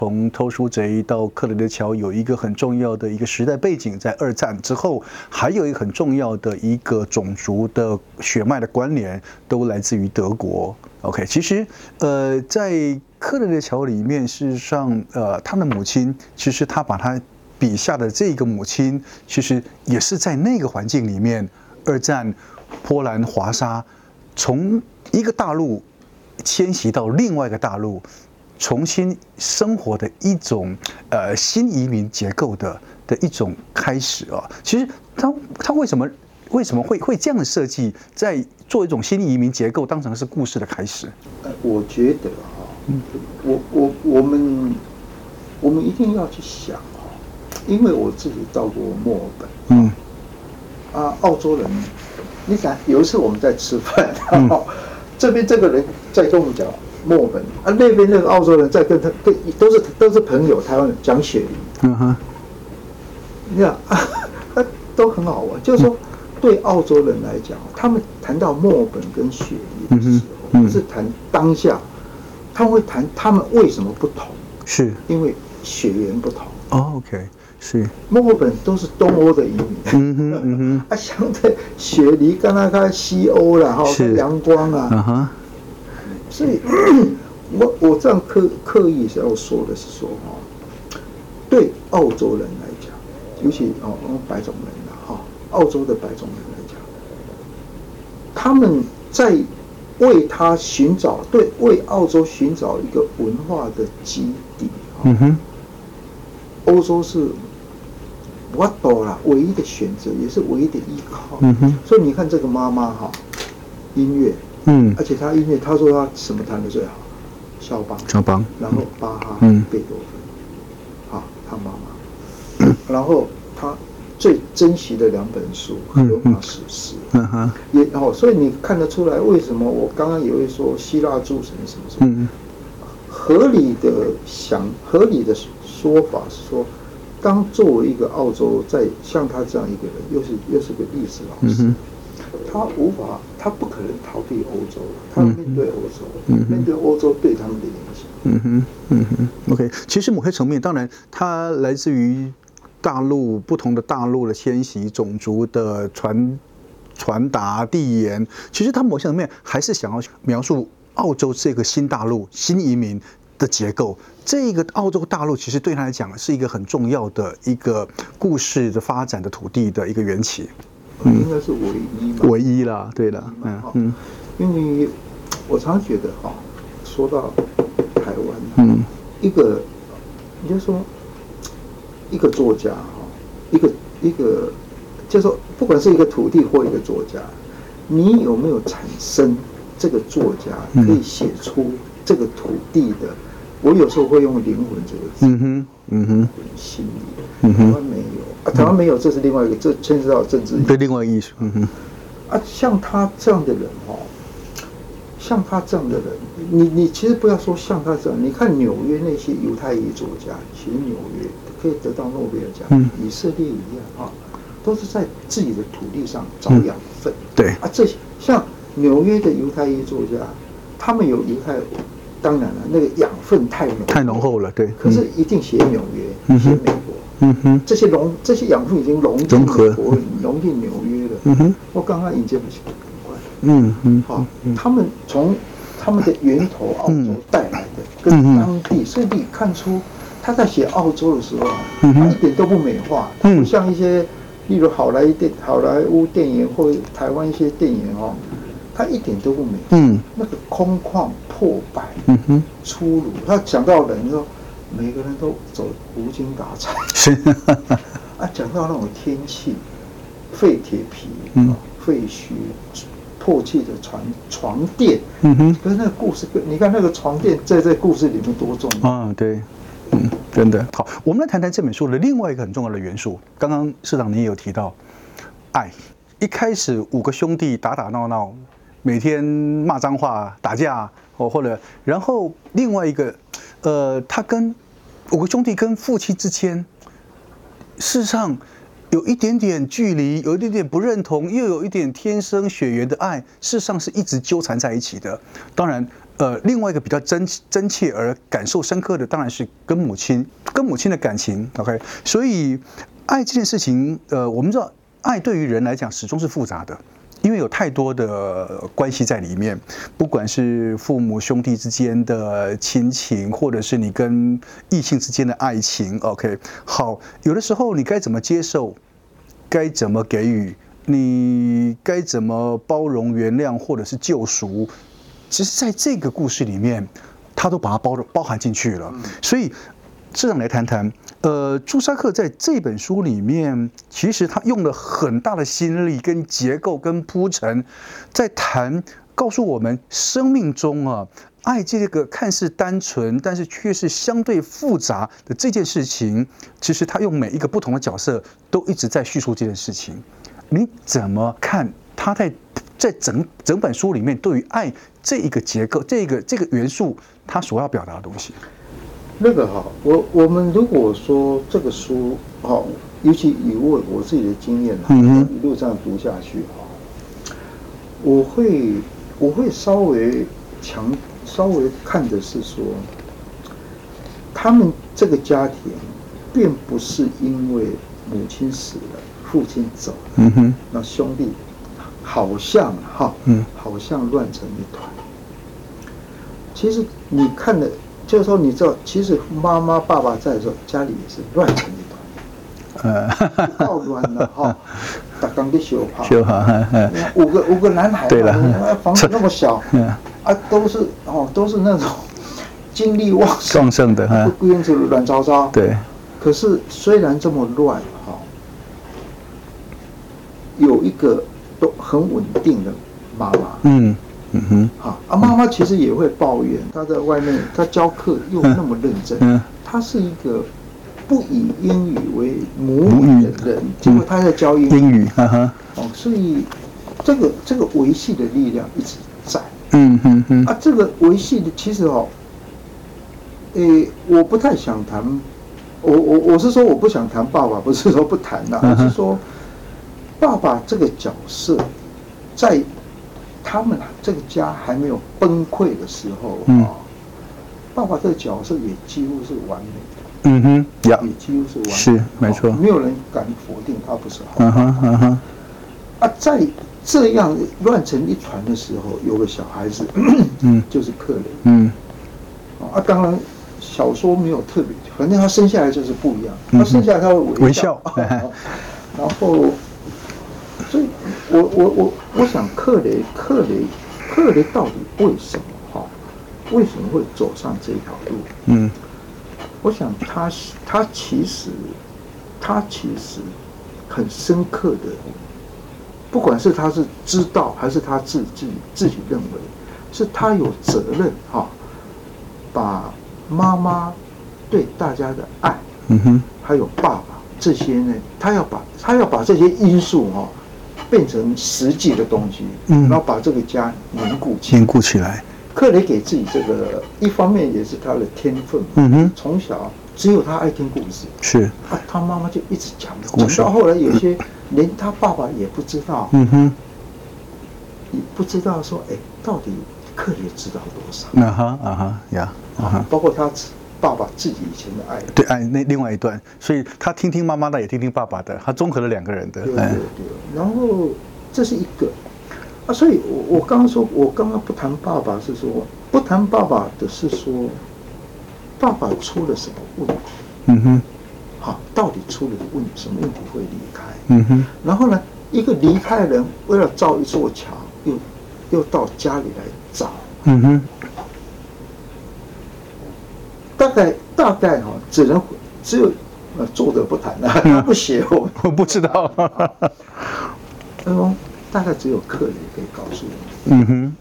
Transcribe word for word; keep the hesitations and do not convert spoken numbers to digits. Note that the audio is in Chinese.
从偷书贼到克雷的桥有一个很重要的一个时代背景，在二战之后，还有一个很重要的一个种族的血脉的关联，都来自于德国。OK， 其实呃，在克雷的桥里面，事实上呃，他的母亲，其实他把他笔下的这个母亲，其实也是在那个环境里面，二战波兰华沙，从一个大陆迁徙到另外一个大陆。重新生活的一种呃新移民结构的的一种开始啊，其实他他为什么为什么会会这样的设计，在做一种新移民结构，当成是故事的开始？ 呃，我觉得哈，我我我们我们一定要去想哈，因为我自己到过墨尔本，嗯，啊，澳洲人，你看有一次我们在吃饭，嗯、这边这个人在跟我们讲。墨尔本啊，那边那个澳洲人在跟他跟都是都是朋友，台湾人讲雪梨，嗯哼，你看啊，都很好玩。就是说，对澳洲人来讲，他们谈到墨尔本跟雪梨的时候，不是谈当下，他们会谈他们为什么不同， 是因为血缘不同。 哦 ，OK， 是墨尔本都是东欧的移民，嗯哼嗯哼，啊，相对雪梨跟那个西欧啦，哈，阳光啊，嗯哼。所以，我我这样刻刻意是要说的是说哈，对澳洲人来讲，尤其哦白种人啦哈，澳洲的白种人来讲，他们在为他寻找对为澳洲寻找一个文化的基地。嗯哼，欧洲是我懂了唯一的选择，也是唯一的依靠。嗯哼，所以你看这个妈妈哈，音乐。嗯，而且他音乐，他说他什么弹的最好？肖邦， 肖邦， 然后巴哈，嗯，贝多芬，好，他妈妈，嗯、然后他最珍惜的两本书《荷马史诗》，嗯哼，也哦，所以你看得出来，为什么我刚刚也会说希腊诸神什么什么，嗯，合理的想，合理的说法是说，当作为一个澳洲，在像他这样一个人，又是又是个历史老师。嗯他无法，他不可能逃避欧洲，他面对欧洲，嗯、面对欧洲对他们的影响。 嗯哼，嗯哼 ，OK。其实某些层面，当然，它来自于大陆不同的大陆的迁徙、种族的传传达、递延。其实他某些层面还是想要描述澳洲这个新大陆、新移民的结构。这个澳洲大陆其实对他来讲是一个很重要的一个故事的发展的土地的一个缘起。 应该是唯一嘛， 唯一啦，对的，嗯嗯， 因为我常觉得哈，说到台湾，嗯，一个，你就说一个作家哈，一个一个，就说不管是一个土地或一个作家，你有没有产生这个作家可以写出这个土地的？我有时候会用灵魂这个字，嗯哼，嗯哼，心理，嗯哼，台湾没有。啊，台湾没有，这是另外一个，这牵涉到政治。 对，另外艺术。嗯哼。 啊，像他这样的人哈，像他这样的人，你你其实不要说像他这样，你看纽约那些犹太裔作家，其实纽约可以得到诺贝尔奖，嗯、以色列一样啊，都是在自己的土地上找养分。嗯、 对。 啊，这些像纽约的犹太裔作家，他们有犹太，当然了，那个养分太浓太浓厚了，对。 可是一定写纽约，嗯、写美国。嗯哼，这些融这些养分已经融进美国，融进纽约了。嗯哼，我刚刚引荐不起很快。嗯嗯，好，他们从他们的源头澳洲带来的，跟当地，所以你看出他在写澳洲的时候，他一点都不美化，他不像一些，例如好莱坞电好莱坞电影或台湾一些电影哦，他一点都不美化。嗯，那个空旷破败，嗯哼，粗鲁，他讲到人说。每个人都走无精打采，是啊，讲到那种天气，废铁皮，嗯，废墟，破弃的床床垫，嗯哼，可是那个故事，你看那个床垫在这故事里面多重要啊，对，嗯，真的好。我们来谈谈这本书的另外一个很重要的元素。刚刚市长你也有提到，爱。一开始五个兄弟打打闹闹，每天骂脏话、打架，哦，或者然后另外一个。呃，他跟五个兄弟跟父亲之间，事实上有一点点距离，有一点点不认同，又有一点天生血缘的爱，事实上是一直纠缠在一起的。当然， 呃，另外一个比较真真切而感受深刻的，当然是跟母亲、跟母亲的感情。OK， 所以爱这件事情，呃，我们知道，爱对于人来讲始终是复杂的，因为有太多的关系在里面，不管是父母兄弟之间的亲情，或者是你跟异性之间的爱情。OK， 好，有的时候你该怎么接受，该怎么给予，你该怎么包容、原谅，或者是救赎。其实，在这个故事里面，他都把它包包含进去了。所以，市长来谈谈，呃，朱砂克在这本书里面，其实他用了很大的心力、跟结构、跟铺陈，在谈，告诉我们生命中啊，爱这个看似单纯，但是却是相对复杂的这件事情，其实他用每一个不同的角色，都一直在叙述这件事情。你怎么看他在？在整整本书里面，对于爱这一个结构、这个这个元素，他所要表达的东西， 那个哈，我我们如果说这个书哈，尤其以我我自己的经验哈，一路这样读下去哈，我会我会稍微强稍微看的是说，他们这个家庭并不是因为母亲死了，父亲走了，嗯哼，那兄弟。好像哈，嗯，好像乱成一团。其实你看了，就是说你知道，其实妈妈爸爸在的时候，家里也是乱成一团，呃，够乱了哈。打刚的修好，修好，五个五个男孩，对了，房子那么小，啊，都是哦，都是那种精力旺盛、 旺盛的哈， 不愿是乱糟糟。 对。 可是虽然这么乱哈，有一个。都很稳定的妈妈，嗯嗯哼，好啊，妈妈其实也会抱怨，她在外面，她教课又那么认真，嗯，她是一个不以英语为母语的人，结果她在教英语，英语，哈哈，哦，所以这个这个维系的力量一直在，嗯哼哼，啊，这个维系的其实哦，诶，我不太想谈，我我我是说我不想谈爸爸，不是说不谈啦，而是说。爸爸这个角色，在他们这个家还没有崩溃的时候啊，嗯、爸爸这个角色也几乎是完美的。嗯哼，也几乎是完美的， 是没错， 没有人敢否定他不是好。嗯哼嗯哼。啊，在这样乱成一团的时候，有个小孩子，嗯，就是克雷。嗯。啊，当然小说没有特别，反正他生下来就是不一样。他生下来他会微笑，微笑然后。所以我，我我我我想克雷克雷克雷到底为什么哈？为什么会走上这条路？嗯，我想他他其实他其实很深刻的，不管是他是知道还是他自己自己认为，是他有责任哈，把妈妈对大家的爱，嗯哼，还有爸爸这些呢，他要把他要把这些因素哈。变成实际的东西，嗯，然后把这个家凝固起来。 凝固起来。 克雷给自己这个，一方面也是他的天分，嗯哼，从小只有他爱听故事， 是啊，他妈妈就一直讲，讲到后来有些连他爸爸也不知道，嗯哼，也不知道说，哎，到底克雷知道多少？ 啊哈啊哈呀啊哈， 包括他爸爸自己以前的爱， 对爱那另外一段，所以他听听妈妈的，也听听爸爸的，他综合了两个人的。 对对对，然后这是一个啊，所以我我刚刚说，我刚刚不谈爸爸是说，不谈爸爸的是说，爸爸出了什么问题？嗯哼，好，到底出了问什么问题会离开？嗯哼，然后呢，一个离开的人为了造一座桥，又又到家里来找。嗯哼。大概大概哈，只能只有呃作者不谈了，他不写我我不知道。 嗯，大概只有克雷可以告诉我。嗯哼。